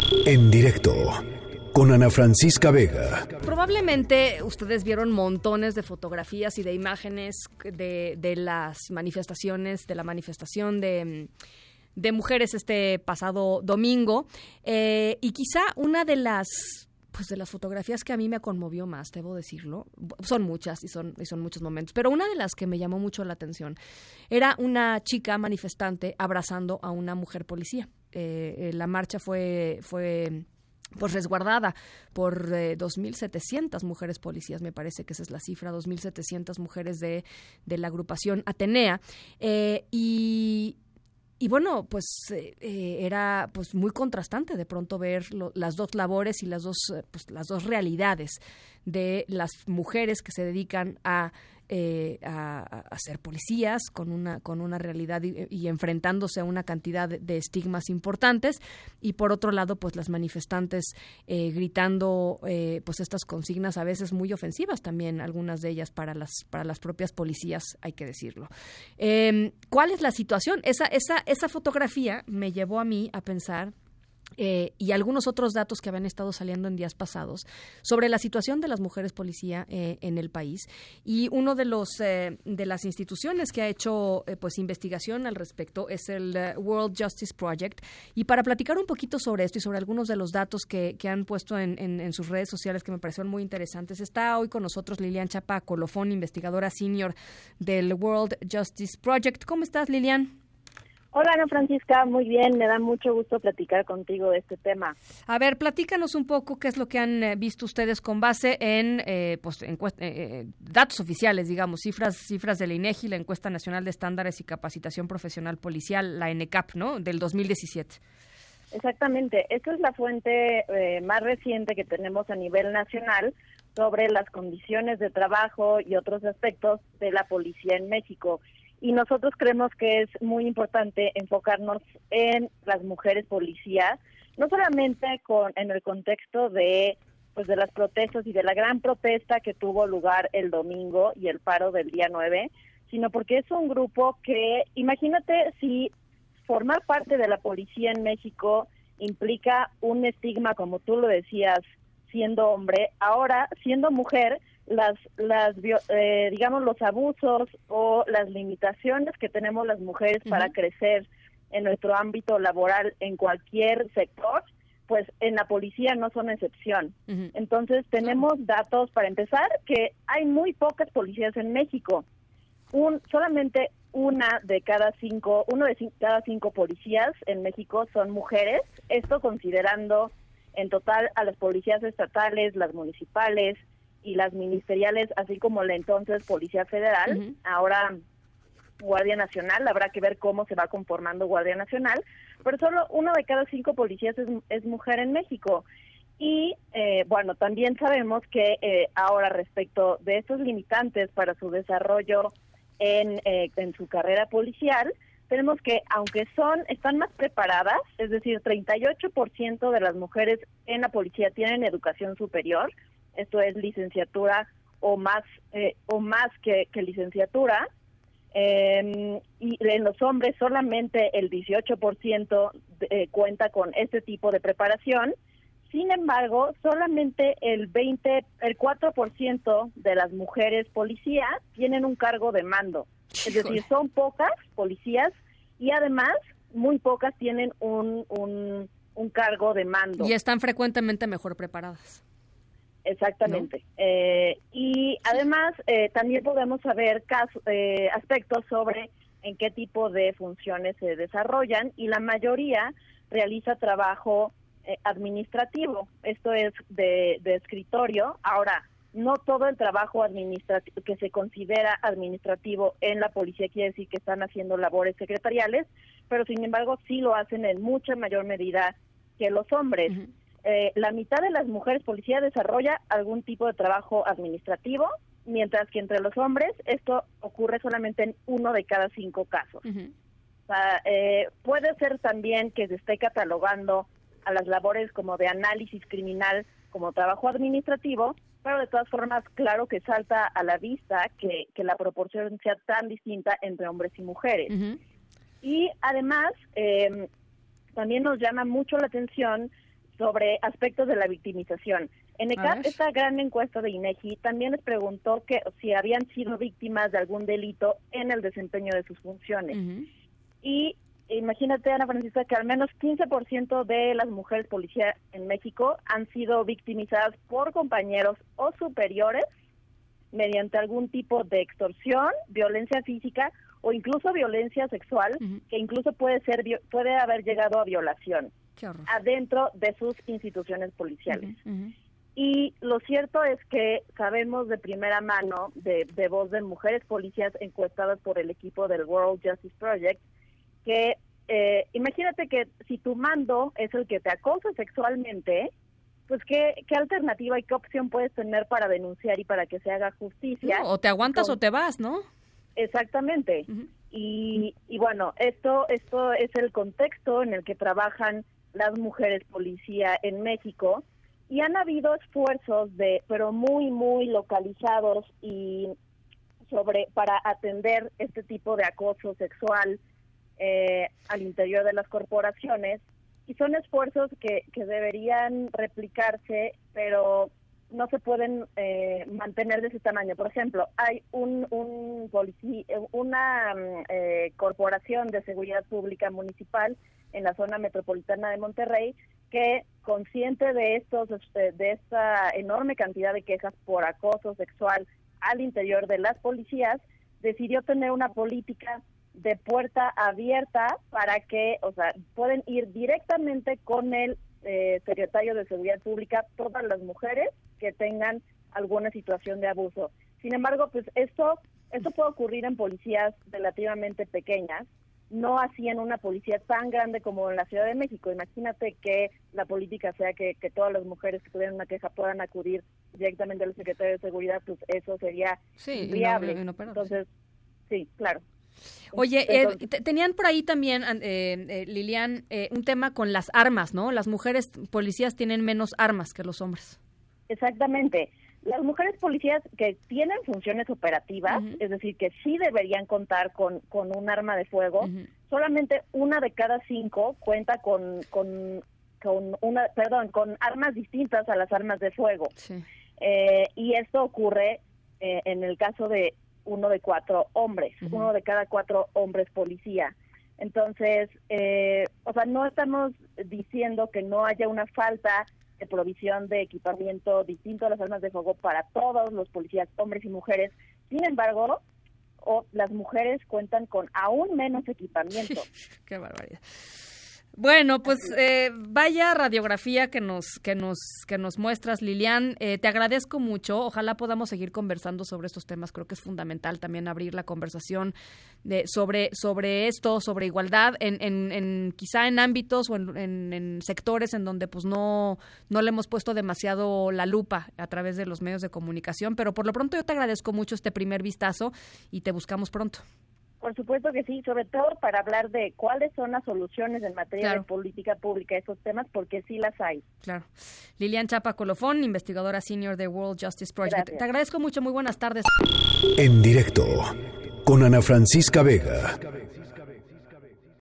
En directo con Ana Francisca Vega. Probablemente ustedes vieron montones de fotografías y de imágenes de las manifestaciones, de la manifestación de mujeres este pasado domingo, y quizá una de las fotografías que a mí me conmovió más, debo decirlo, son muchas y son muchos momentos, pero una de las que me llamó mucho la atención era una chica manifestante abrazando a una mujer policía. La marcha fue pues resguardada por 2.700 mujeres policías, me parece que esa es la cifra, 2.700 mujeres de la agrupación Atenea, y bueno, pues era pues muy contrastante de pronto ver las dos labores y las dos realidades de las mujeres que se dedican a ser policías con una realidad y enfrentándose a una cantidad de estigmas importantes, y por otro lado pues las manifestantes gritando pues estas consignas a veces muy ofensivas también, algunas de ellas para las propias policías, hay que decirlo. ¿Cuál es la situación? Esa fotografía me llevó a mí a pensar y algunos otros datos que habían estado saliendo en días pasados sobre la situación de las mujeres policía en el país, y uno de las instituciones que ha hecho pues investigación al respecto es el World Justice Project, y para platicar un poquito sobre esto y sobre algunos de los datos que han puesto en sus redes sociales que me parecieron muy interesantes, está hoy con nosotros Lilian Chapa Colofón, investigadora senior del World Justice Project. ¿Cómo estás, Lilian? Hola, Ana Francisca, muy bien, me da mucho gusto platicar contigo de este tema. A ver, platícanos un poco qué es lo que han visto ustedes con base en datos oficiales, digamos, cifras del INEGI, la Encuesta Nacional de Estándares y Capacitación Profesional Policial, la ENECAP, ¿no?, del 2017. Exactamente, esta es la fuente más reciente que tenemos a nivel nacional sobre las condiciones de trabajo y otros aspectos de la policía en México. Y nosotros creemos que es muy importante enfocarnos en las mujeres policías, no solamente en el contexto de las protestas y de la gran protesta que tuvo lugar el domingo y el paro del día 9, sino porque es un grupo que, imagínate si formar parte de la policía en México implica un estigma, como tú lo decías, siendo hombre, ahora siendo mujer, digamos los abusos o las limitaciones que tenemos las mujeres para crecer en nuestro ámbito laboral en cualquier sector, pues en la policía no son excepción. Entonces tenemos datos, para empezar, que hay muy pocas policías en México. Solamente uno de cada cinco policías en México son mujeres, esto considerando en total a las policías estatales, las municipales y las ministeriales, así como la entonces Policía Federal, ahora Guardia Nacional. Habrá que ver cómo se va conformando Guardia Nacional, pero solo uno de cada 5 policías es mujer en México. Y bueno, también sabemos que ahora respecto de estos limitantes para su desarrollo en su carrera policial, tenemos que aunque están más preparadas, es decir, 38% de las mujeres en la policía tienen educación superior, esto es licenciatura o más que licenciatura, y en los hombres solamente el 18% cuenta con este tipo de preparación. Sin embargo, solamente el 4% de las mujeres policías tienen un cargo de mando. Es decir, son pocas policías y además muy pocas tienen un cargo de mando. Y están frecuentemente mejor preparadas. Exactamente. ¿No? Y además también podemos saber aspectos sobre en qué tipo de funciones se desarrollan, y la mayoría realiza trabajo administrativo, esto es de escritorio. Ahora, no todo el trabajo administrativo que se considera administrativo en la policía quiere decir que están haciendo labores secretariales, pero sin embargo sí lo hacen en mucha mayor medida que los hombres. La mitad de las mujeres policías desarrolla algún tipo de trabajo administrativo, mientras que entre los hombres esto ocurre solamente en 1 de cada 5 casos. O sea, puede ser también que se esté catalogando a las labores como de análisis criminal como trabajo administrativo, pero de todas formas, claro que salta a la vista que la proporción sea tan distinta entre hombres y mujeres. Y además, también nos llama mucho la atención sobre aspectos de la victimización. En esta gran encuesta de INEGI también les preguntó que si habían sido víctimas de algún delito en el desempeño de sus funciones. Y imagínate, Ana Francisca, que al menos 15% de las mujeres policías en México han sido victimizadas por compañeros o superiores mediante algún tipo de extorsión, violencia física o incluso violencia sexual, que incluso puede haber llegado a violación adentro de sus instituciones policiales. Y lo cierto es que sabemos de primera mano, de voz de mujeres policías encuestadas por el equipo del World Justice Project, que imagínate que si tu mando es el que te acosa sexualmente, pues ¿qué alternativa y qué opción puedes tener para denunciar y para que se haga justicia? O te aguantas o te vas, ¿no? Exactamente. Y bueno, esto es el contexto en el que trabajan las mujeres policía en México, y han habido esfuerzos pero muy, muy localizados y para atender este tipo de acoso sexual al interior de las corporaciones, y son esfuerzos que deberían replicarse, pero no se pueden mantener de ese tamaño. Por ejemplo, hay una corporación de seguridad pública municipal en la zona metropolitana de Monterrey que, consciente de esta enorme cantidad de quejas por acoso sexual al interior de las policías, decidió tener una política de puerta abierta para que, pueden ir directamente con el secretario de Seguridad Pública todas las mujeres que tengan alguna situación de abuso. Sin embargo, pues esto puede ocurrir en policías relativamente pequeñas, no así en una policía tan grande como en la Ciudad de México. Imagínate que la política sea que todas las mujeres que tuvieran una queja puedan acudir directamente al secretario de Seguridad, pues eso sería viable. Entonces, sí, claro. Oye, tenían por ahí también, Lilian, un tema con las armas, ¿no? Las mujeres policías tienen menos armas que los hombres. Exactamente. Las mujeres policías que tienen funciones operativas, es decir, que sí deberían contar con un arma de fuego, solamente 1 de cada 5 cuenta con armas distintas a las armas de fuego. Sí. Y esto ocurre en el caso de 1 de 4 hombres, 1 de cada 4 hombres policía. Entonces, no estamos diciendo que no haya una falta de provisión de equipamiento distinto a las armas de fuego para todos los policías, hombres y mujeres. Sin embargo, las mujeres cuentan con aún menos equipamiento. ¡Qué barbaridad! Bueno, pues vaya radiografía que nos muestras, Lilian. Te agradezco mucho. Ojalá podamos seguir conversando sobre estos temas. Creo que es fundamental también abrir la conversación sobre esto, sobre igualdad, quizá en ámbitos o en sectores en donde pues no le hemos puesto demasiado la lupa a través de los medios de comunicación. Pero por lo pronto yo te agradezco mucho este primer vistazo y te buscamos pronto. Por supuesto que sí, sobre todo para hablar de cuáles son las soluciones en materia de política pública a esos temas, porque sí las hay. Claro. Lilian Chapa Colofón, investigadora senior de World Justice Project. Gracias. Te agradezco mucho, muy buenas tardes. En directo, con Ana Francisca Vega.